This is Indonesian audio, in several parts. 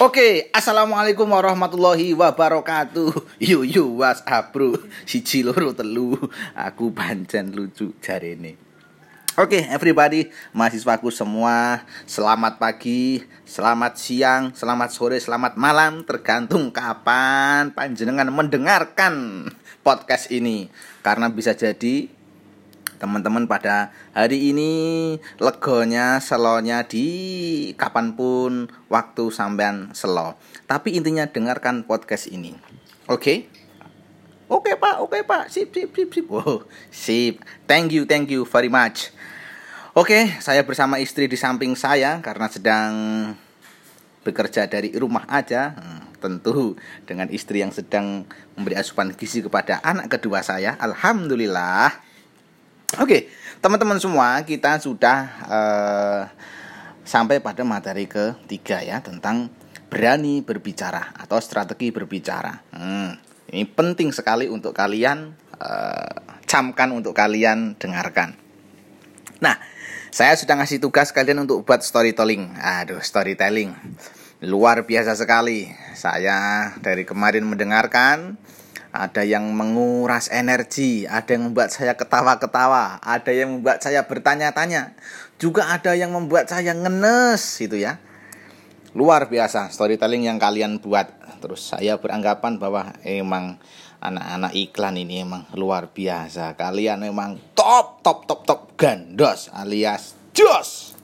Oke, assalamualaikum warahmatullahi wabarakatuh. Yo WhatsApp bro, siji loro telu. Aku pancen lucu jarene. Oke, everybody, mahasiswaku semua, selamat pagi, selamat siang, selamat sore, selamat malam, tergantung kapan panjenengan mendengarkan podcast ini. Karena bisa jadi teman-teman pada hari ini legonya, selonya di kapanpun waktu sampean selo. Tapi intinya dengarkan podcast ini. Oke? Oke pak, sip. Oh, sip. Thank you very much. Oke, saya bersama istri di samping saya karena sedang bekerja dari rumah aja. Tentu dengan istri yang sedang memberi asupan gizi kepada anak kedua saya. Alhamdulillah. Oke, teman-teman semua, kita sudah sampai pada materi ketiga ya, tentang berani berbicara atau strategi berbicara. Ini penting sekali untuk kalian camkan, untuk kalian dengarkan. Nah, saya sudah ngasih tugas kalian untuk buat storytelling. Storytelling luar biasa sekali. Saya dari kemarin mendengarkan, ada yang menguras energi, ada yang membuat saya ketawa-ketawa, ada yang membuat saya bertanya-tanya, juga ada yang membuat saya ngenes gitu ya. Luar biasa storytelling yang kalian buat. Terus saya beranggapan bahwa emang anak-anak iklan ini emang luar biasa. Kalian memang top gandos alias jos.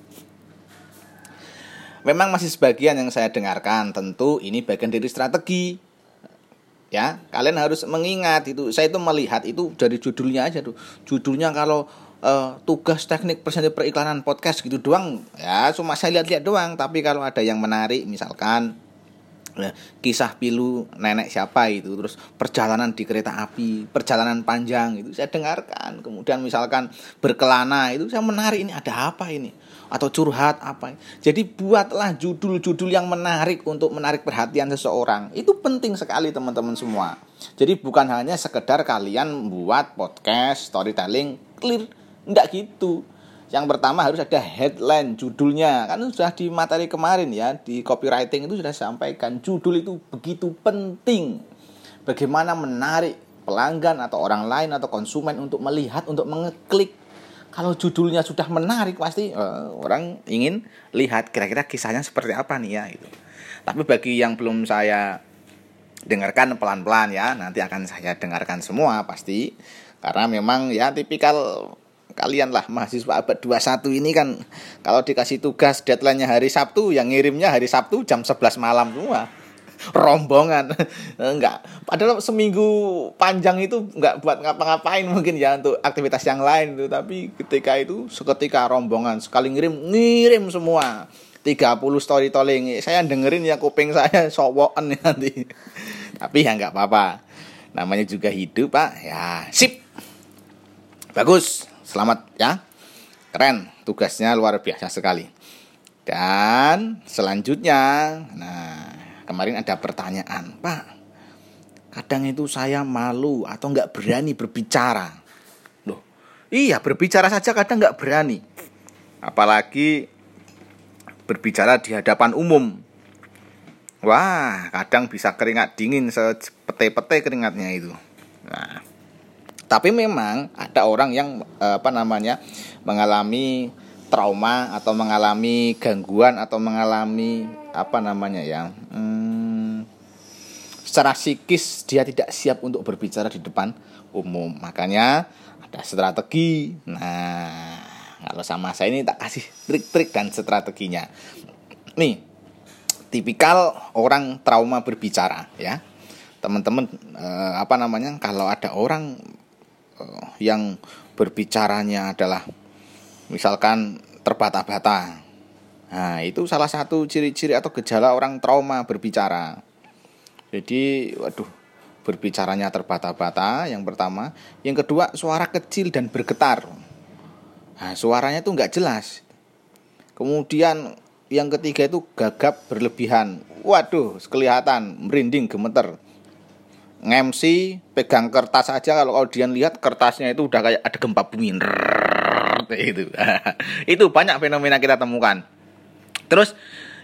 Memang masih sebagian yang saya dengarkan, tentu ini bagian dari strategi. Ya, kalian harus mengingat itu. Saya itu melihat itu dari judulnya aja tuh. Judulnya kalau tugas teknik presentasi periklanan podcast gitu doang, ya cuma saya lihat-lihat doang. Tapi kalau ada yang menarik, misalkan kisah pilu nenek siapa itu, terus perjalanan di kereta api, perjalanan panjang itu saya dengarkan. Kemudian misalkan berkelana itu saya menarik, ini ada apa ini? Atau curhat apa. Jadi buatlah judul-judul yang menarik untuk menarik perhatian seseorang. Itu penting sekali teman-teman semua. Jadi bukan hanya sekedar kalian buat podcast, storytelling, clear. Enggak gitu. Yang pertama harus ada headline, judulnya. Kan sudah di materi kemarin ya, di copywriting itu sudah sampaikan. Judul itu begitu penting. Bagaimana menarik pelanggan atau orang lain atau konsumen untuk melihat, untuk mengeklik. Kalau judulnya sudah menarik, pasti orang ingin lihat kira-kira kisahnya seperti apa nih ya gitu. Tapi bagi yang belum saya dengarkan pelan-pelan ya, nanti akan saya dengarkan semua pasti. Karena memang ya tipikal kalian lah mahasiswa abad 21 ini kan, kalau dikasih tugas deadline-nya hari Sabtu, yang ngirimnya hari Sabtu jam 11 malam semua. Rombongan enggak, padahal seminggu panjang itu enggak buat ngapa-ngapain mungkin ya, untuk aktivitas yang lain itu, tapi ketika itu seketika rombongan sekali ngirim semua 30 storytelling. Saya dengerin ya, kuping saya sowokan nanti. Tapi ya enggak apa-apa, namanya juga hidup pak ya. Sip, bagus, selamat ya, keren, tugasnya luar biasa sekali. Dan selanjutnya, kemarin ada pertanyaan, Pak, kadang itu saya malu atau nggak berani berbicara. Loh, iya, berbicara saja kadang nggak berani, apalagi berbicara di hadapan umum. Wah, kadang bisa keringat dingin, sepete-pete keringatnya itu. Nah, tapi memang ada orang yang mengalami trauma atau mengalami gangguan atau mengalami secara psikis dia tidak siap untuk berbicara di depan umum. Makanya ada strategi. Nah, kalau sama saya ini tak kasih trik-trik dan strateginya. Nih, tipikal orang trauma berbicara ya. Teman-teman kalau ada orang yang berbicaranya adalah misalkan terbata-bata. Nah, itu salah satu ciri-ciri atau gejala orang trauma berbicara. Jadi, berbicaranya terbata-bata yang pertama. Yang kedua, suara kecil dan bergetar. Nah, suaranya itu enggak jelas. Kemudian yang ketiga itu gagap berlebihan. Waduh, kelihatan merinding, gemeter. Nge-MC pegang kertas aja, kalau dia lihat kertasnya itu udah kayak ada gempa bumi. Itu banyak fenomena kita temukan. Terus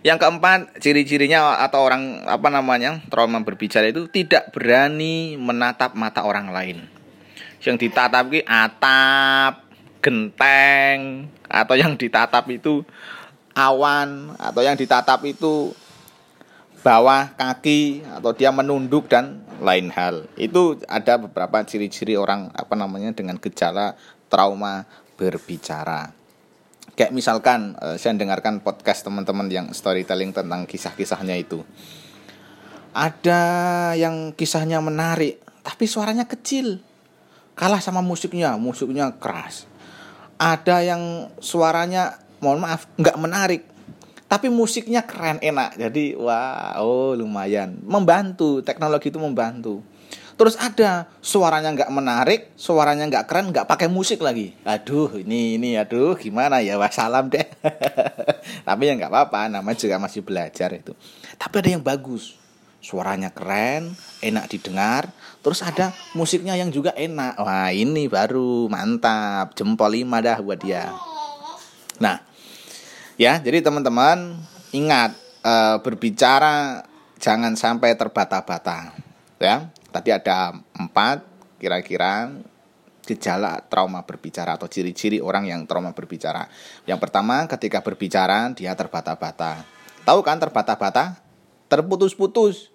Yang keempat, ciri-cirinya atau orang trauma berbicara itu tidak berani menatap mata orang lain. Yang ditatap ki atap, genteng, atau yang ditatap itu awan, atau yang ditatap itu bawah kaki, atau dia menunduk dan lain hal. Itu ada beberapa ciri-ciri orang dengan gejala trauma berbicara. Kayak misalkan saya dengarkan podcast teman-teman yang storytelling tentang kisah-kisahnya itu. Ada yang kisahnya menarik, tapi suaranya kecil. Kalah sama musiknya keras. Ada yang suaranya, mohon maaf, nggak menarik, tapi musiknya keren, enak. Jadi lumayan. Membantu, teknologi itu membantu. Terus ada suaranya nggak menarik, suaranya nggak keren, nggak pakai musik lagi. Ini gimana ya, wassalam deh. Tapi ya nggak apa-apa, namanya juga masih belajar itu. Tapi ada yang bagus, suaranya keren, enak didengar. Terus ada musiknya yang juga enak. Wah, ini baru mantap, jempol 5 dah buat dia. Nah, ya, jadi teman-teman ingat, berbicara jangan sampai terbata-bata. Ya. Tadi ada 4 kira-kira gejala trauma berbicara atau ciri-ciri orang yang trauma berbicara. Yang pertama, ketika berbicara dia terbata-bata. Tahu kan terbata-bata? Terputus-putus.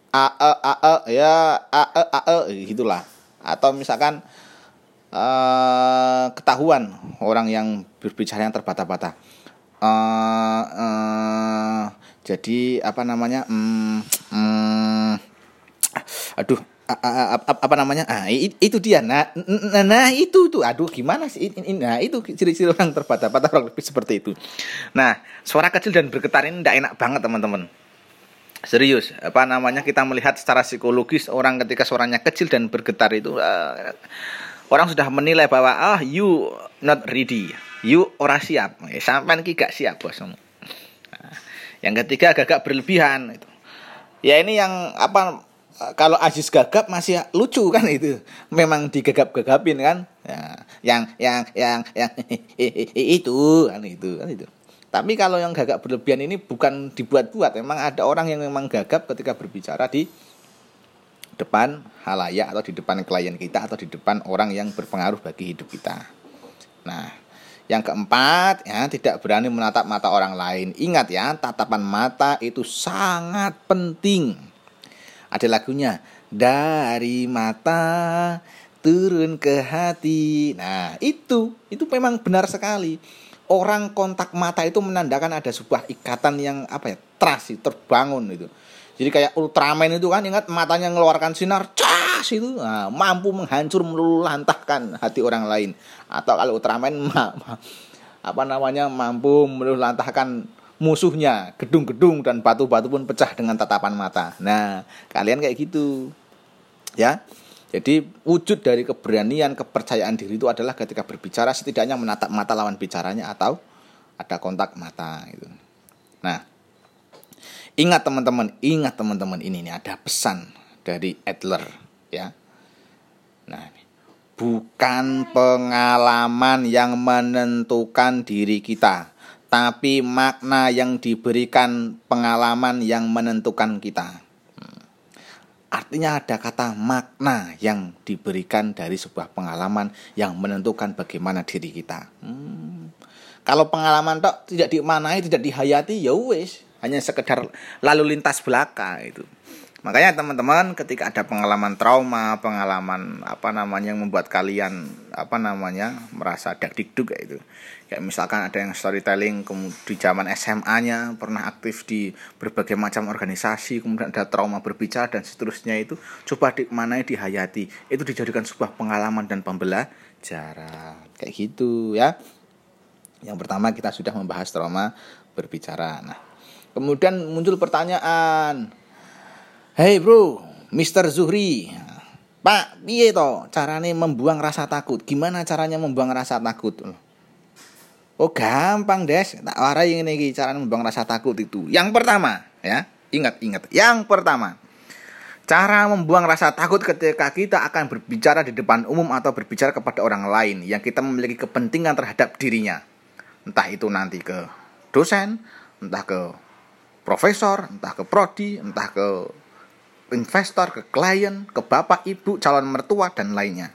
Gitulah. Atau misalkan ketahuan orang yang berbicara yang terbata-bata. Jadi itu dia. Itu gimana sih itu ciri-ciri orang terbata-bata, orang lebih seperti itu. Nah, suara kecil dan bergetar ini tidak enak banget teman-teman. Serius, kita melihat secara psikologis orang ketika suaranya kecil dan bergetar itu orang sudah menilai bahwa you not ready, you ora siap, sampean ki gak siap bos. Nah, yang ketiga, gagap berlebihan itu. Ya ini yang kalau Aziz gagap masih lucu kan itu. Memang digagap-gagapin kan. Ya, yang itu kan itu. Tapi kalau yang gagap berlebihan ini bukan dibuat-buat. Memang ada orang yang memang gagap ketika berbicara di depan halayak atau di depan klien kita atau di depan orang yang berpengaruh bagi hidup kita. Nah, yang keempat, ya, tidak berani menatap mata orang lain. Ingat ya, tatapan mata itu sangat penting. Ada lagunya, dari mata turun ke hati. Nah, itu memang benar sekali. Orang kontak mata itu menandakan ada sebuah ikatan yang trust, terbangun itu. Jadi kayak Ultraman itu kan, ingat matanya mengeluarkan sinar, cas itu, mampu menghancur meluluhlantahkan hati orang lain. Atau kalau Ultraman mampu meluluhlantahkan musuhnya, gedung-gedung dan batu-batu pun pecah dengan tatapan mata. Nah, kalian kayak gitu. Ya. Jadi wujud dari keberanian, kepercayaan diri itu adalah ketika berbicara setidaknya menatap mata lawan bicaranya atau ada kontak mata gitu. Nah, ingat teman-teman, ini ada pesan dari Adler ya. Nah, bukan pengalaman yang menentukan diri kita, tapi makna yang diberikan pengalaman yang menentukan kita. Artinya ada kata makna yang diberikan dari sebuah pengalaman yang menentukan bagaimana diri kita. Kalau pengalaman tidak dimaknai, tidak dihayati, ya wis, hanya sekedar lalu lintas belaka itu. Makanya teman-teman, ketika ada pengalaman trauma, pengalaman yang membuat kalian merasa dak-dikduk itu. Kayak misalkan ada yang storytelling di zaman SMA-nya pernah aktif di berbagai macam organisasi, kemudian ada trauma berbicara dan seterusnya, itu coba dimaknai, dihayati. Itu dijadikan sebuah pengalaman dan pembelajaran. Kayak gitu ya. Yang pertama kita sudah membahas trauma berbicara. Nah, kemudian muncul pertanyaan, "Hey bro, Mr. Zuhri, Pak, piye to carane membuang rasa takut? Gimana caranya membuang rasa takut?" Oh, gampang, Des. Tak warai ngene iki carane membuang rasa takut itu. Yang pertama, ya, ingat. Yang pertama, cara membuang rasa takut ketika kita akan berbicara di depan umum atau berbicara kepada orang lain yang kita memiliki kepentingan terhadap dirinya. Entah itu nanti ke dosen, entah ke profesor, entah ke prodi, entah ke investor, ke klien, ke bapak, ibu, calon mertua, dan lainnya.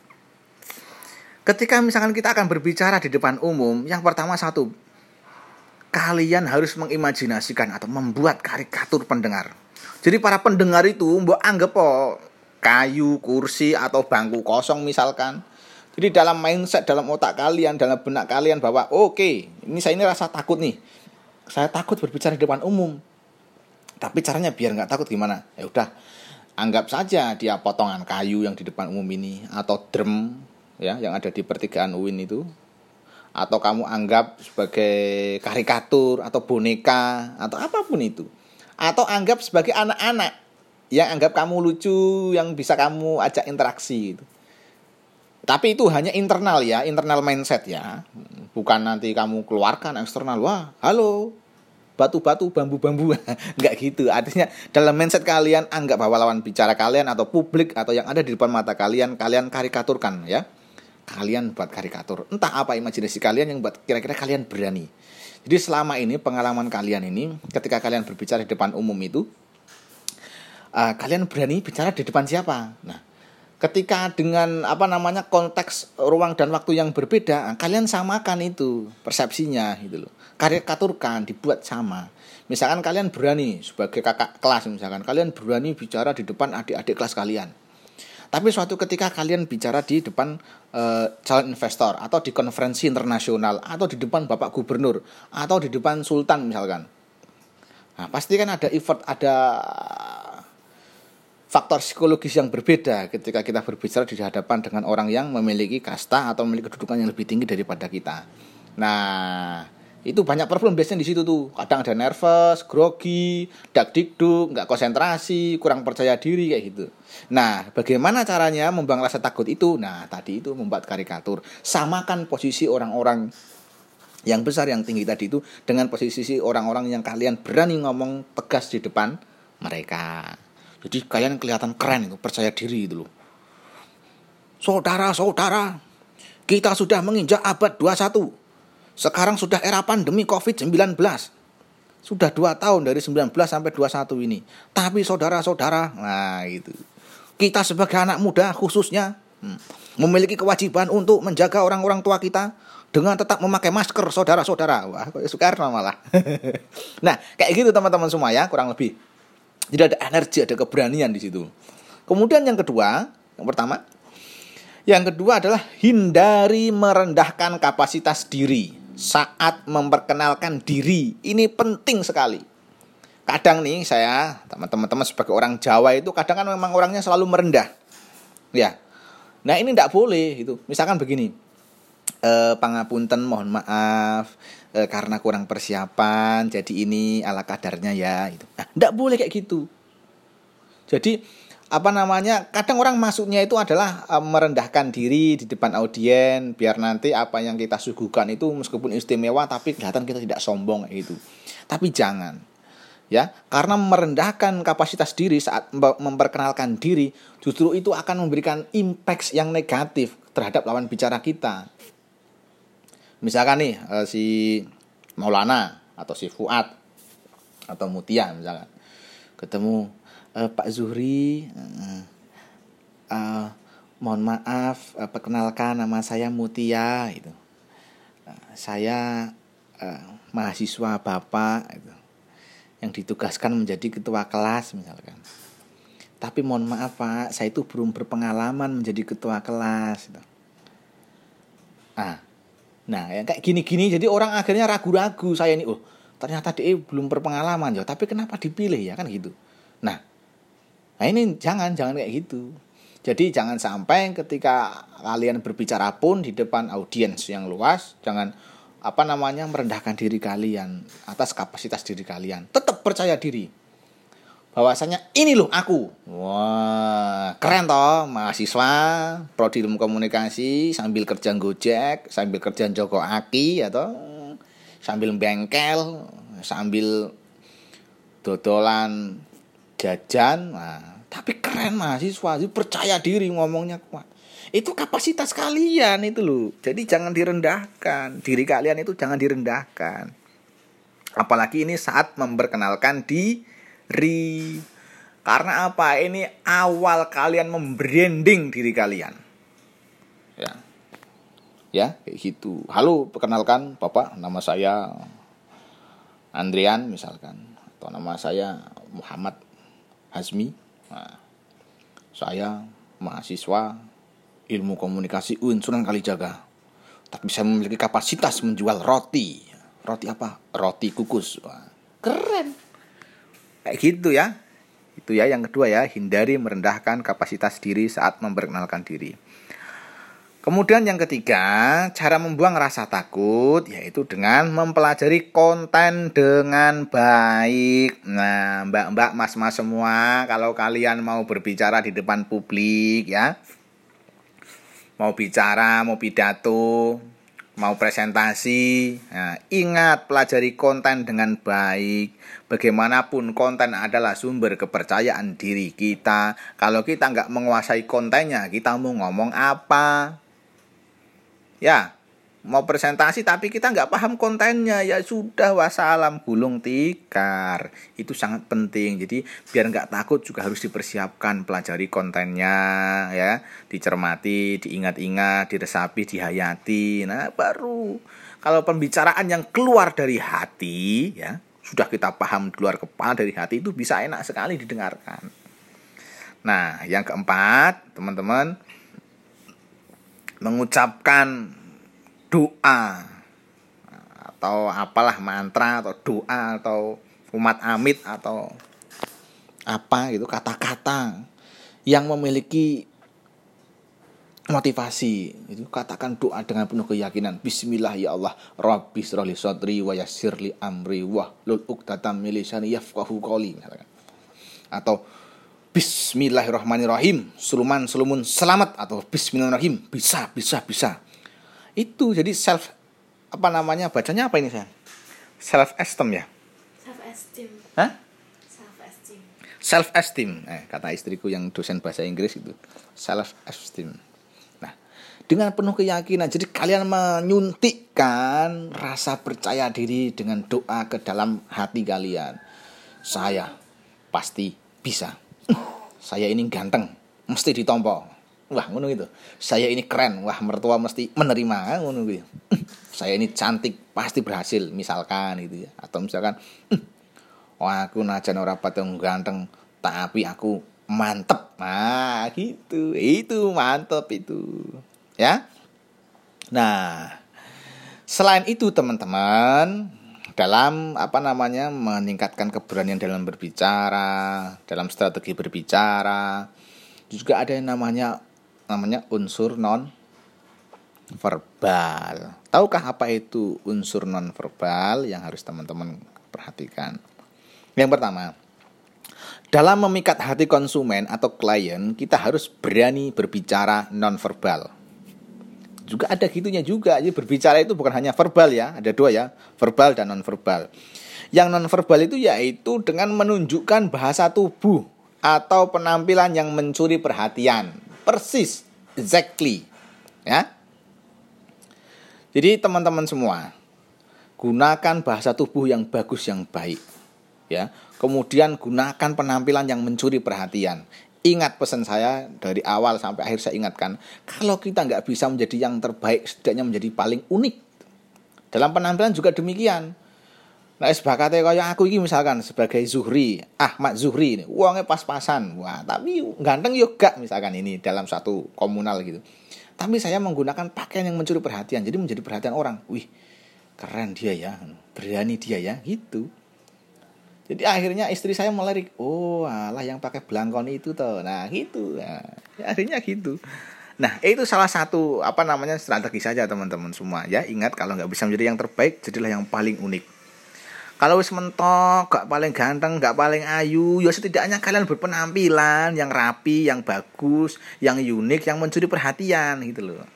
Ketika misalkan kita akan berbicara di depan umum, yang pertama satu, kalian harus mengimajinasikan atau membuat karikatur pendengar. Jadi para pendengar itu mbok anggap kayu, kursi, atau bangku kosong misalkan. Jadi dalam mindset, dalam otak kalian, dalam benak kalian bahwa ini saya rasa takut nih. Saya takut berbicara di depan umum. Tapi caranya biar nggak takut gimana? Ya udah, anggap saja dia potongan kayu yang di depan umum ini, atau drum ya yang ada di pertigaan UIN itu. Atau kamu anggap sebagai karikatur atau boneka atau apapun itu. Atau anggap sebagai anak-anak yang anggap kamu lucu, yang bisa kamu ajak interaksi gitu. Tapi itu hanya internal ya, internal mindset ya. Bukan nanti kamu keluarkan eksternal. Wah, halo, batu-batu, bambu-bambu. Enggak gitu. Artinya dalam mindset kalian anggap bahwa lawan bicara kalian atau publik atau yang ada di depan mata kalian karikaturkan ya. Kalian buat karikatur. Entah apa imajinasi kalian yang buat kira-kira kalian berani. Jadi selama ini pengalaman kalian ini ketika kalian berbicara di depan umum itu kalian berani bicara di depan siapa? Nah, ketika dengan konteks ruang dan waktu yang berbeda, kalian samakan itu persepsinya gitu loh. Karikaturkan, dibuat sama. Misalkan kalian berani sebagai kakak kelas, misalkan kalian berani bicara di depan adik-adik kelas kalian. Tapi suatu ketika kalian bicara di depan calon investor atau di konferensi internasional atau di depan Bapak Gubernur atau di depan Sultan misalkan. Nah, pasti kan ada effort, ada faktor psikologis yang berbeda ketika kita berbicara di hadapan dengan orang yang memiliki kasta atau memiliki kedudukan yang lebih tinggi daripada kita. Nah, itu banyak problem biasanya di situ tuh. Kadang ada nervous, grogi, dak-dikduk, nggak konsentrasi, kurang percaya diri kayak gitu. Nah, bagaimana caranya membuang rasa takut itu? Nah, tadi itu membuat karikatur. Samakan posisi orang-orang yang besar, yang tinggi tadi itu dengan posisi orang-orang yang kalian berani ngomong tegas di depan mereka. Jadi kalian kelihatan keren itu, percaya diri itu loh. Saudara-saudara, kita sudah menginjak abad 21. Sekarang sudah era pandemi COVID-19. Sudah 2 tahun dari 19 sampai 21 ini. Tapi saudara-saudara, nah itu. Kita sebagai anak muda khususnya memiliki kewajiban untuk menjaga orang-orang tua kita dengan tetap memakai masker, saudara-saudara. Wah, kok Soekarno malah. Nah, kayak gitu teman-teman semua ya, kurang lebih. Jadi ada energi, ada keberanian di situ. Kemudian yang kedua, yang kedua adalah hindari merendahkan kapasitas diri saat memperkenalkan diri. Ini penting sekali. Kadang nih saya, teman-teman sebagai orang Jawa itu kadang kan memang orangnya selalu merendah. Ya. Nah, ini enggak boleh gitu. Misalkan begini. Pangapunten, mohon maaf karena kurang persiapan, jadi ini ala kadarnya ya gitu. Nah, enggak boleh kayak gitu. Jadi kadang orang masuknya itu adalah merendahkan diri di depan audiens biar nanti apa yang kita suguhkan itu meskipun istimewa tapi kelihatan kita tidak sombong kayak gitu. Tapi jangan. Ya, karena merendahkan kapasitas diri saat memperkenalkan diri justru itu akan memberikan impact yang negatif terhadap lawan bicara kita. Misalkan nih si Maulana atau si Fuad atau Mutia misalkan ketemu Pak Zuhri, mohon maaf, perkenalkan nama saya Mutia gitu. Saya mahasiswa Bapak gitu, yang ditugaskan menjadi ketua kelas misalkan. Tapi mohon maaf Pak, saya itu belum berpengalaman menjadi ketua kelas gitu. Nah, yang kayak gini-gini jadi orang akhirnya ragu-ragu saya ini, ternyata dia belum berpengalaman ya, tapi kenapa dipilih ya kan gitu. Nah ini jangan kayak gitu. Jadi jangan sampai ketika kalian berbicara pun di depan audiens yang luas, jangan merendahkan diri kalian atas kapasitas diri kalian. Tetap percaya diri. Bahwasanya ini loh aku. Wah, keren toh, mahasiswa prodi ilmu komunikasi sambil kerja Gojek, sambil kerja Joko Aki atau sambil bengkel, sambil dodolan jajan. Nah, tapi keren mahasiswa, percaya diri ngomongnya kuat. Itu kapasitas kalian itu loh. Jadi jangan direndahkan. Diri kalian itu jangan direndahkan. Apalagi ini saat memperkenalkan diri. Karena apa? Ini awal kalian membranding diri kalian. Ya, kayak gitu. Halo, perkenalkan Bapak, nama saya Andrian misalkan, atau nama saya Muhammad Hazmi. Nah, saya mahasiswa Ilmu Komunikasi UIN Sunan Kalijaga. Tapi saya memiliki kapasitas menjual roti. Roti apa? Roti kukus. Wah, keren. Kayak gitu ya. Itu ya yang kedua ya, hindari merendahkan kapasitas diri saat memperkenalkan diri. Kemudian yang ketiga, cara membuang rasa takut yaitu dengan mempelajari konten dengan baik. Nah, mbak-mbak, mas-mas semua, kalau kalian mau berbicara di depan publik ya, mau bicara, mau pidato, mau presentasi, nah, ingat pelajari konten dengan baik. Bagaimanapun konten adalah sumber kepercayaan diri kita. Kalau kita nggak menguasai kontennya, kita mau ngomong apa? Ya, mau presentasi tapi kita nggak paham kontennya, ya sudah, wassalam, gulung tikar. Itu sangat penting. Jadi biar nggak takut juga harus dipersiapkan, pelajari kontennya, ya, dicermati, diingat-ingat, diresapi, dihayati. Nah, baru kalau pembicaraan yang keluar dari hati, ya, sudah kita paham keluar kepala dari hati, itu bisa enak sekali didengarkan. Nah, yang keempat, teman-teman, mengucapkan doa atau apalah, mantra atau doa atau umat amit atau apa gitu, kata-kata yang memiliki motivasi. Itu katakan doa dengan penuh keyakinan. Bismillah ya Allah, Rabbi shrahli sadri wa yassirli amri wahlul 'uqdatam min lisani yafqahu qawli. Atau Bismillahirrahmanirrahim, sulumun selamat, atau Bismillahirrahmanirrahim, bisa. Itu jadi self, bacanya apa ini saya? Self esteem ya? Self esteem. Kata istriku yang dosen bahasa Inggris itu, self esteem. Nah, dengan penuh keyakinan, jadi kalian menyuntikkan rasa percaya diri dengan doa ke dalam hati kalian. Saya pasti bisa. Saya ini ganteng, mesti ditompo. Wah, ngono gitu. Saya ini keren, wah, mertua mesti menerima, ngono gitu. Saya ini cantik, pasti berhasil, misalkan gitu ya. Atau misalkan, wah, aku najan ora patung ganteng, tapi aku mantep. Nah, gitu. Itu mantep itu. Ya. Nah, selain itu teman-teman, dalam meningkatkan keberanian dalam berbicara, dalam strategi berbicara, juga ada yang namanya unsur non verbal. Tahukah apa itu unsur non verbal yang harus teman-teman perhatikan? Yang pertama, dalam memikat hati konsumen atau klien, kita harus berani berbicara non verbal. Juga ada gitunya juga. Jadi berbicara itu bukan hanya verbal ya, ada dua ya, verbal dan non verbal. Yang non verbal itu yaitu dengan menunjukkan bahasa tubuh atau penampilan yang mencuri perhatian. Persis, exactly. Ya. Jadi teman-teman semua, gunakan bahasa tubuh yang bagus, yang baik. Ya. Kemudian gunakan penampilan yang mencuri perhatian. Ingat pesan saya dari awal sampai akhir, saya ingatkan, kalau kita nggak bisa menjadi yang terbaik, setidaknya menjadi paling unik. Dalam penampilan juga demikian. Nah, sebakate kaya aku ini misalkan sebagai Zuhri, Ahmad Zuhri ini, uangnya pas-pasan. Wah, tapi ganteng yo gak misalkan ini dalam satu komunal gitu. Tapi saya menggunakan pakaian yang mencuri perhatian, jadi menjadi perhatian orang. Wih, keren dia ya, berani dia ya, gitu. Jadi akhirnya istri saya melirik, oh alah yang pakai belangkon itu toh. Nah gitu, nah, ya, akhirnya gitu. Nah itu salah satu strategi saja teman-teman semua. Ya ingat, kalau nggak bisa menjadi yang terbaik, jadilah yang paling unik. Kalau wis mentok, gak paling ganteng, gak paling ayu, ya setidaknya kalian berpenampilan yang rapi, yang bagus, yang unik, yang mencuri perhatian gitu loh.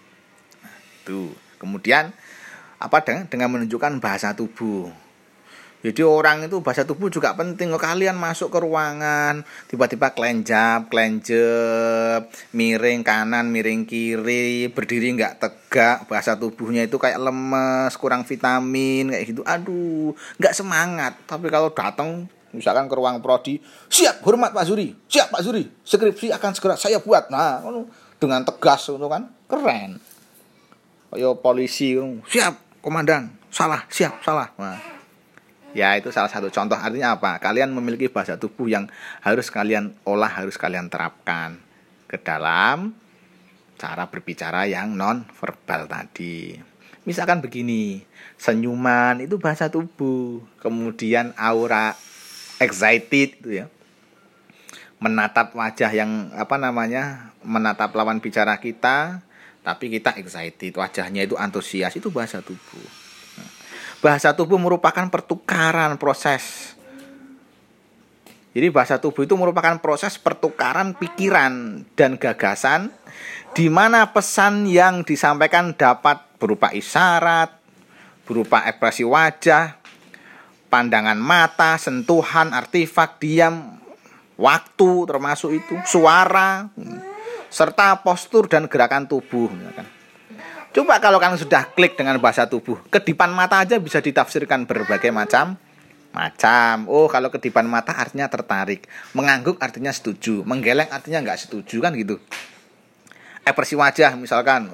Nah, tuh. Kemudian dengan menunjukkan bahasa tubuh. Jadi orang itu bahasa tubuh juga penting. Kalian masuk ke ruangan, tiba-tiba kelenjap, miring kanan, miring kiri, berdiri nggak tegak, bahasa tubuhnya itu kayak lemes, kurang vitamin, kayak gitu. Aduh, nggak semangat. Tapi kalau datang, misalkan ke ruang prodi, siap, hormat Pak Zuri, siap Pak Zuri, skripsi akan segera saya buat. Nah, dengan tegas itu kan, keren. Kayak polisi, siap, komandan, salah, siap, salah. Nah. Ya, itu salah satu contoh. Artinya apa? Kalian memiliki bahasa tubuh yang harus kalian olah, harus kalian terapkan ke dalam cara berbicara yang non verbal tadi. Misalkan begini, senyuman itu bahasa tubuh. Kemudian aura excited itu ya. Menatap wajah yang menatap lawan bicara kita, tapi kita excited, wajahnya itu antusias, itu bahasa tubuh. Bahasa tubuh merupakan pertukaran proses. Jadi bahasa tubuh itu merupakan proses pertukaran pikiran dan gagasan, di mana pesan yang disampaikan dapat berupa isyarat, berupa ekspresi wajah, pandangan mata, sentuhan, artefak, diam, waktu termasuk itu, suara, serta postur dan gerakan tubuh. Coba kalau kalian sudah klik dengan bahasa tubuh, kedipan mata aja bisa ditafsirkan berbagai macam. Oh, kalau kedipan mata artinya tertarik, mengangguk artinya setuju, menggeleng artinya nggak setuju, kan gitu. Ekspresi wajah misalkan,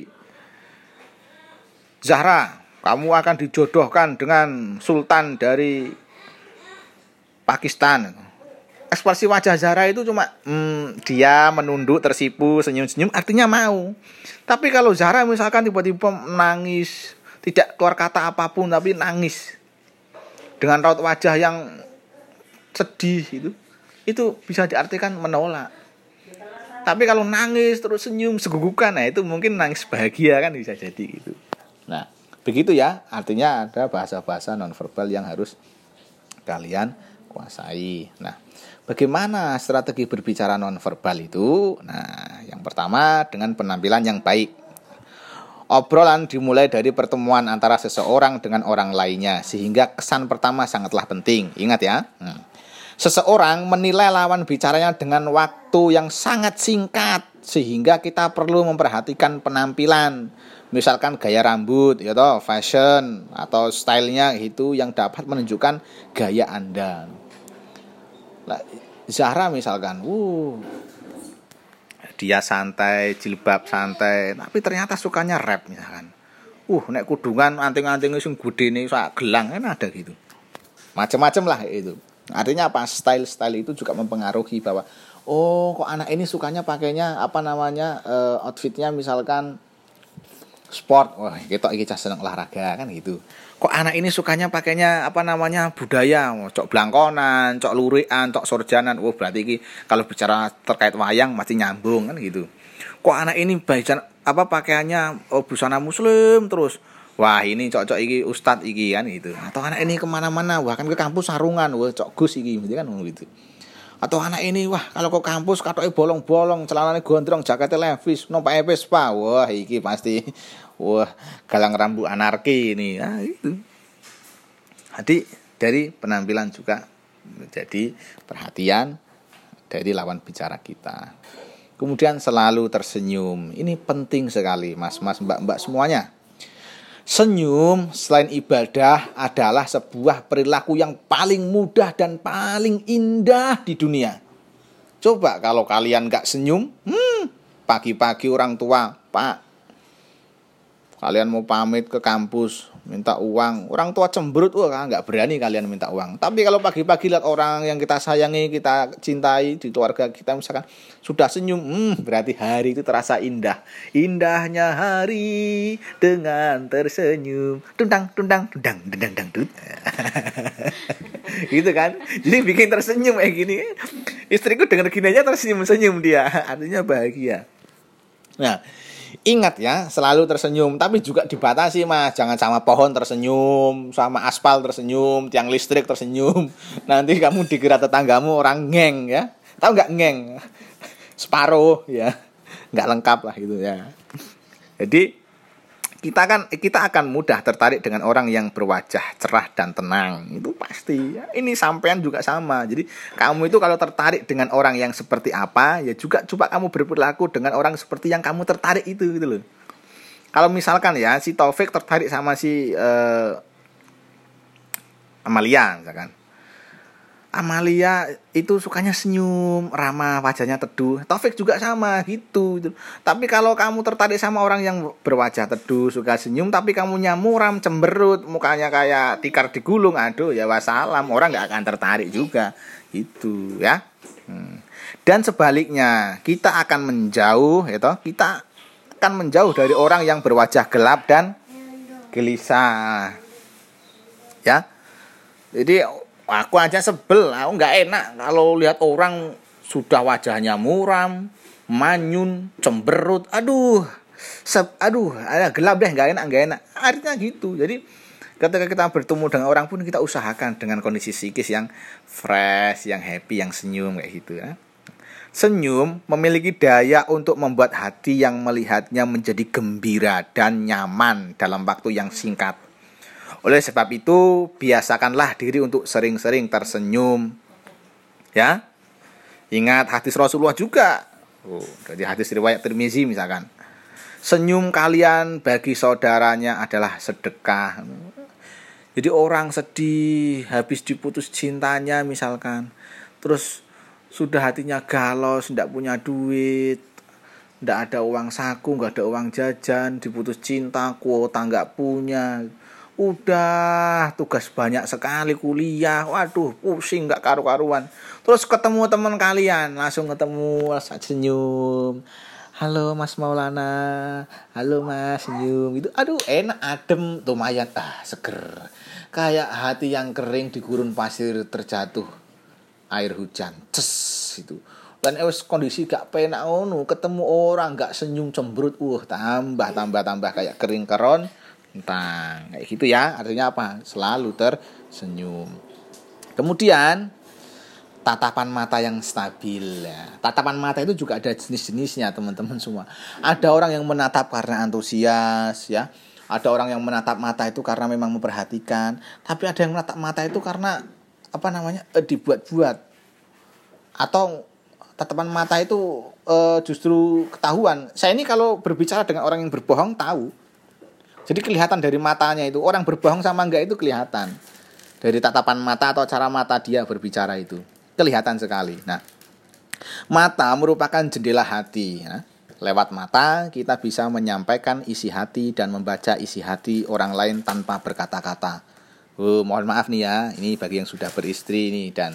Zahra, kamu akan dijodohkan dengan sultan dari Pakistan. Ekspresi wajah Zahra itu cuma dia menunduk, tersipu, senyum-senyum, artinya mau. Tapi kalau Zahra misalkan tiba-tiba nangis, tidak keluar kata apapun tapi nangis dengan raut wajah yang sedih, itu bisa diartikan menolak. Tapi kalau nangis terus senyum segugukan, nah itu mungkin nangis bahagia, kan bisa jadi gitu. Nah, begitu ya, artinya ada bahasa-bahasa nonverbal yang harus kalian kuasai. Nah, bagaimana strategi berbicara nonverbal itu? Nah, yang pertama dengan penampilan yang baik. Obrolan dimulai dari pertemuan antara seseorang dengan orang lainnya, sehingga kesan pertama sangatlah penting. Ingat ya. Seseorang menilai lawan bicaranya dengan waktu yang sangat singkat, sehingga kita perlu memperhatikan penampilan. Misalkan gaya rambut, fashion atau stylenya itu yang dapat menunjukkan gaya Anda. Zahra misalkan, dia santai, jilbab santai, tapi ternyata sukanya rap misalkan. Nek kudungan anting-anting sing gedene sak gelang, kan ada gitu. Macam-macam lah itu. Artinya apa? Style-style itu juga mempengaruhi bahwa kok anak ini sukanya pakainya outfitnya misalkan sport. Wah, ketok iki cah seneng olahraga, kan gitu. Kok anak ini sukanya pakainya budaya, cok blangkonan, cok lurikan, cok sorjanan. Berarti iki kalau bicara terkait wayang masih nyambung, kan gitu. Kok anak ini pakaiannya busana muslim terus. Wah, ini cocok iki ustad iki, kan gitu. Atau anak ini kemana-mana, bahkan ke kampus sarungan, cok gus iki, kan gitu. Atau anak ini, kalau ke kampus katoke bolong-bolong, celanane gondrong, jakete levis, numpak Vespa. Wah, iki pasti galang rambu anarki ini. Nah, itu. Jadi dari penampilan juga menjadi perhatian dari lawan bicara kita. Kemudian selalu tersenyum. Ini penting sekali, mas-mas, mbak-mbak semuanya. Senyum selain ibadah adalah sebuah perilaku yang paling mudah dan paling indah di dunia. Coba kalau kalian gak senyum, pagi-pagi orang tua, Pak, kalian mau pamit ke kampus, minta uang, orang tua cemberut, gak berani kalian minta uang. Tapi kalau pagi-pagi lihat orang yang kita sayangi, kita cintai di keluarga kita misalkan sudah senyum, berarti hari itu terasa indah. Indahnya hari dengan tersenyum. Tundang. Gitu kan. Jadi bikin tersenyum kayak gini. Istriku dengar gini aja tersenyum dia. Artinya bahagia. Nah, ingat ya, selalu tersenyum, tapi juga dibatasi, Mas. Jangan sama pohon tersenyum, sama aspal tersenyum, tiang listrik tersenyum. Nanti kamu dikira tetanggamu orang ngeng ya. Tahu enggak ngeng? Separuh ya. Enggak lengkap lah gitu ya. Jadi kita akan mudah tertarik dengan orang yang berwajah cerah dan tenang. Itu pasti. Ya. Ini sampean juga sama. Jadi kamu itu kalau tertarik dengan orang yang seperti apa, ya juga coba kamu berperilaku dengan orang seperti yang kamu tertarik itu gitu loh. Kalau misalkan ya si Taufik tertarik sama si Amalia misalkan. Amalia itu sukanya senyum, ramah, wajahnya teduh. Taufik juga sama gitu. Tapi kalau kamu tertarik sama orang yang berwajah teduh, suka senyum, tapi kamunya muram, cemberut, mukanya kayak tikar digulung, aduh ya wassalam, orang nggak akan tertarik juga. Gitu ya. Dan sebaliknya, kita akan menjauh, kita akan menjauh dari orang yang berwajah gelap dan gelisah. Ya. Jadi aku aja sebel, aku nggak enak kalau lihat orang sudah wajahnya muram, manyun, cemberut, aduh, ada gelap deh, nggak enak. Artinya gitu. Jadi ketika kita bertemu dengan orang pun kita usahakan dengan kondisi psikis yang fresh, yang happy, yang senyum kayak gitu ya. Senyum memiliki daya untuk membuat hati yang melihatnya menjadi gembira dan nyaman dalam waktu yang singkat. Oleh sebab itu, biasakanlah diri untuk sering-sering tersenyum. Ya. Ingat hadis Rasulullah juga. Jadi hadis riwayat Tirmizi misalkan. Senyum kalian bagi saudaranya adalah sedekah. Jadi orang sedih, habis diputus cintanya misalkan. Terus sudah hatinya galau, tidak punya duit, tidak ada uang saku, nggak ada uang jajan, diputus cinta, kuota nggak punya. Udah tugas banyak sekali kuliah, waduh pusing gak karu-karuan. Terus ketemu teman kalian, langsung ketemu senyum, halo Mas Maulana, halo Mas, senyum gitu. Aduh enak, adem, lumayan, seger. Kayak hati yang kering di gurun pasir terjatuh air hujan, itu. Dan kondisi gak penak ngono, ketemu orang gak senyum cemberut, tambah kayak kering keron. Kayak gitu ya, artinya apa? Selalu tersenyum. Kemudian tatapan mata yang stabil ya. Tatapan mata itu juga ada jenis-jenisnya teman-teman semua. Ada orang yang menatap karena antusias ya. Ada orang yang menatap mata itu karena memang memperhatikan. Tapi ada yang menatap mata itu karena dibuat-buat. Atau tatapan mata itu justru ketahuan. Saya ini kalau berbicara dengan orang yang berbohong tahu. Jadi kelihatan dari matanya itu, orang berbohong sama enggak itu kelihatan. Dari tatapan mata atau cara mata dia berbicara itu. Kelihatan sekali. Nah, mata merupakan jendela hati. Ya. Lewat mata kita bisa menyampaikan isi hati dan membaca isi hati orang lain tanpa berkata-kata. Mohon maaf nih ya, ini bagi yang sudah beristri nih dan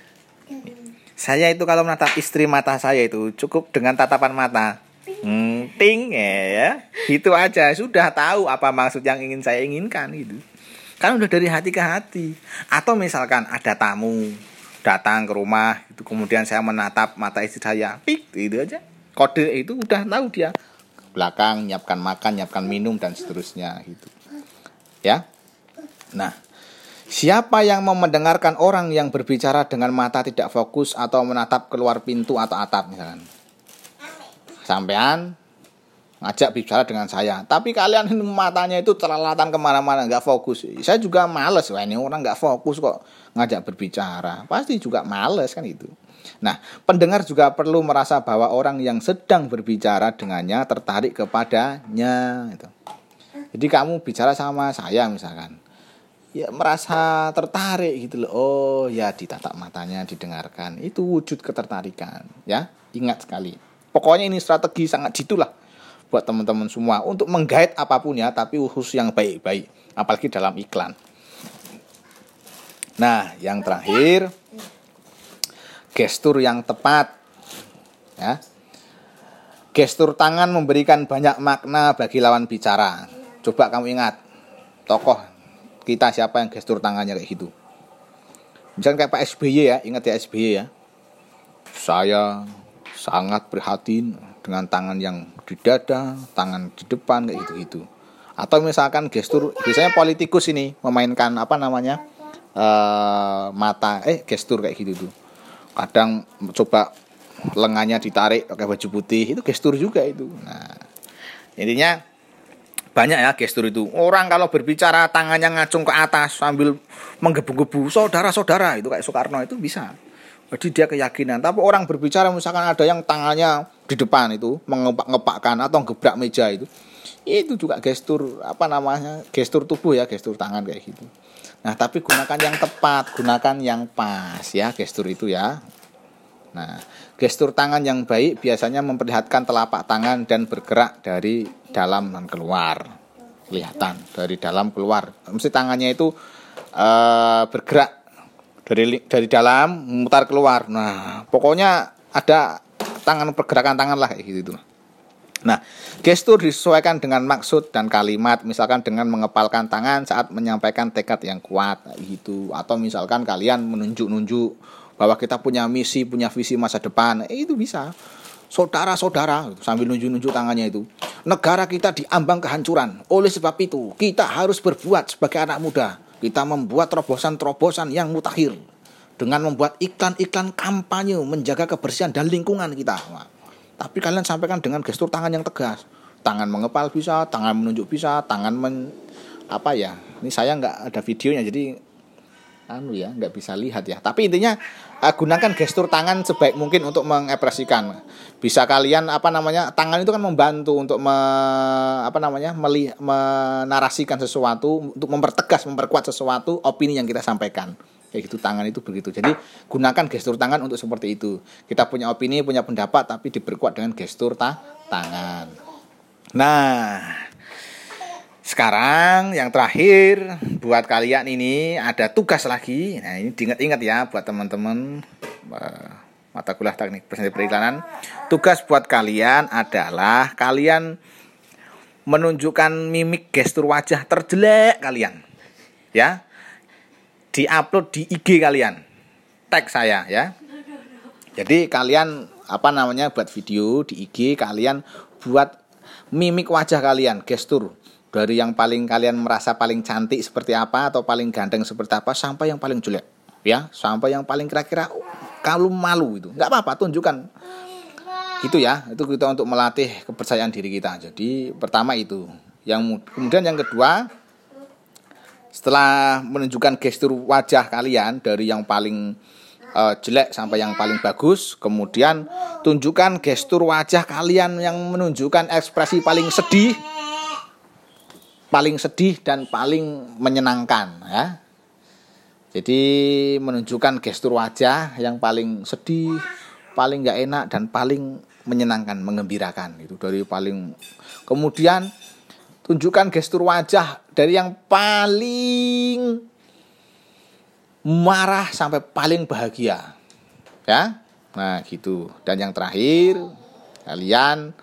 saya itu kalau menatap istri mata saya itu cukup dengan tatapan mata. Ting ya. Gitu aja sudah tahu apa maksud yang ingin saya inginkan gitu. Kan udah dari hati ke hati. Atau misalkan ada tamu datang ke rumah itu kemudian saya menatap mata istri saya, pik gitu aja. Kode itu udah tahu dia. Belakang nyiapkan makan, nyiapkan minum dan seterusnya gitu. Ya. Nah, siapa yang mau mendengarkan orang yang berbicara dengan mata tidak fokus atau menatap keluar pintu atau atap misalkan. Sampean ngajak bicara dengan saya, tapi kalian matanya itu terlalatan kemana-mana, nggak fokus. Saya juga males, wah ini orang nggak fokus kok ngajak berbicara, pasti juga males kan itu. Nah, pendengar juga perlu merasa bahwa orang yang sedang berbicara dengannya tertarik kepadanya. Itu. Jadi kamu bicara sama saya misalkan, ya merasa tertarik gitu loh. Oh ya, ditatap matanya, didengarkan, itu wujud ketertarikan. Ya, ingat sekali. Pokoknya ini strategi sangat jitulah buat teman-teman semua untuk menggait apapun ya, tapi khusus yang baik-baik, apalagi dalam iklan. Nah, yang terakhir, gestur yang tepat. Ya. Gestur tangan memberikan banyak makna bagi lawan bicara. Coba kamu ingat tokoh kita siapa yang gestur tangannya kayak gitu. Misalnya kayak Pak SBY ya, ingat ya SBY ya. Saya sangat prihatin dengan tangan yang di dada, tangan di depan kayak gitu-gitu. Atau misalkan gestur, biasanya politikus ini memainkan gestur kayak gitu tuh. Kadang coba lengannya ditarik pakai baju putih, itu gestur juga itu. Nah, intinya Banyak ya gestur itu. Orang kalau berbicara tangannya ngacung ke atas sambil menggebu-gebu, saudara-saudara, itu kayak Soekarno itu bisa. Jadi dia keyakinan. Tapi orang berbicara misalkan ada yang tangannya di depan itu mengepak-ngepakkan atau gebrak meja itu juga gestur gestur tubuh ya, gestur tangan kayak gitu. Nah, tapi gunakan yang tepat, gunakan yang pas ya gestur itu ya. Nah, gestur tangan yang baik biasanya memperlihatkan telapak tangan dan bergerak dari dalam dan keluar. Kelihatan dari dalam keluar. Mesti tangannya itu bergerak dari dalam memutar keluar. Nah, pokoknya ada pergerakan tangan lah kayak gitu. Nah, gestur disesuaikan dengan maksud dan kalimat, misalkan dengan mengepalkan tangan saat menyampaikan tekad yang kuat gitu, atau misalkan kalian menunjuk-nunjuk bahwa kita punya misi, punya visi masa depan, itu bisa. Saudara-saudara sambil nunjuk-nunjuk tangannya itu. Negara kita diambang kehancuran. Oleh sebab itu, kita harus berbuat sebagai anak muda. Kita membuat terobosan-terobosan yang mutakhir dengan membuat iklan-iklan kampanye menjaga kebersihan dan lingkungan kita. Nah, tapi kalian sampaikan dengan gestur tangan yang tegas. Tangan mengepal bisa, tangan menunjuk bisa, tangan ini saya nggak ada videonya jadi nggak bisa lihat ya. Tapi intinya gunakan gestur tangan sebaik mungkin untuk mengekspresikan. Bisa kalian tangan itu kan membantu untuk menarasikan sesuatu, untuk memperkuat sesuatu opini yang kita sampaikan. Kayak gitu, tangan itu begitu. Jadi gunakan gestur tangan untuk seperti itu. Kita punya opini, punya pendapat, tapi diperkuat dengan gestur tangan. Nah, sekarang yang terakhir buat kalian ini ada tugas lagi. Nah, ini diingat-ingat ya buat teman-teman mata kuliah teknik presentasi periklanan. Tugas buat kalian adalah kalian menunjukkan mimik gestur wajah terjelek kalian. Ya. Di-upload di IG kalian. Tag saya ya. Jadi kalian buat video di IG, kalian buat mimik wajah kalian, gestur dari yang paling kalian merasa paling cantik seperti apa atau paling ganteng seperti apa sampai yang paling jelek ya, sampai yang paling kira-kira kalau malu itu. Enggak apa-apa, tunjukkan. Gitu ya. Itu kita untuk melatih kepercayaan diri kita. Jadi pertama itu. Kemudian yang kedua, setelah menunjukkan gestur wajah kalian dari yang paling jelek sampai yang paling bagus, kemudian tunjukkan gestur wajah kalian yang menunjukkan ekspresi paling sedih dan paling menyenangkan ya. Jadi menunjukkan gestur wajah yang paling sedih, paling enggak enak dan paling menyenangkan, mengembirakan itu dari paling. Kemudian tunjukkan gestur wajah dari yang paling marah sampai paling bahagia. Ya. Nah, gitu. Dan yang terakhir, kalian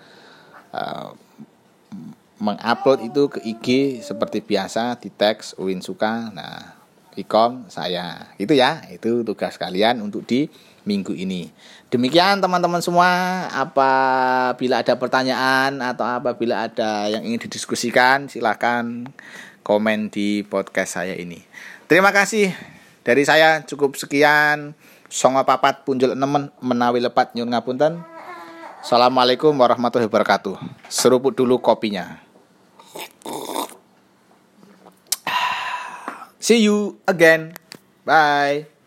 mengupload itu ke IG seperti biasa di teks Uwin Suka. Nah, ikom saya. Gitu ya. Itu tugas kalian untuk di minggu ini. Demikian teman-teman semua. Apabila ada pertanyaan atau apabila ada yang ingin didiskusikan, silakan komen di podcast saya ini. Terima kasih. Dari saya cukup sekian. Songo papat punjul enemen menawi lepat nyun ngapunten. Assalamualaikum warahmatullahi wabarakatuh. Seruput dulu kopinya. See you again. Bye.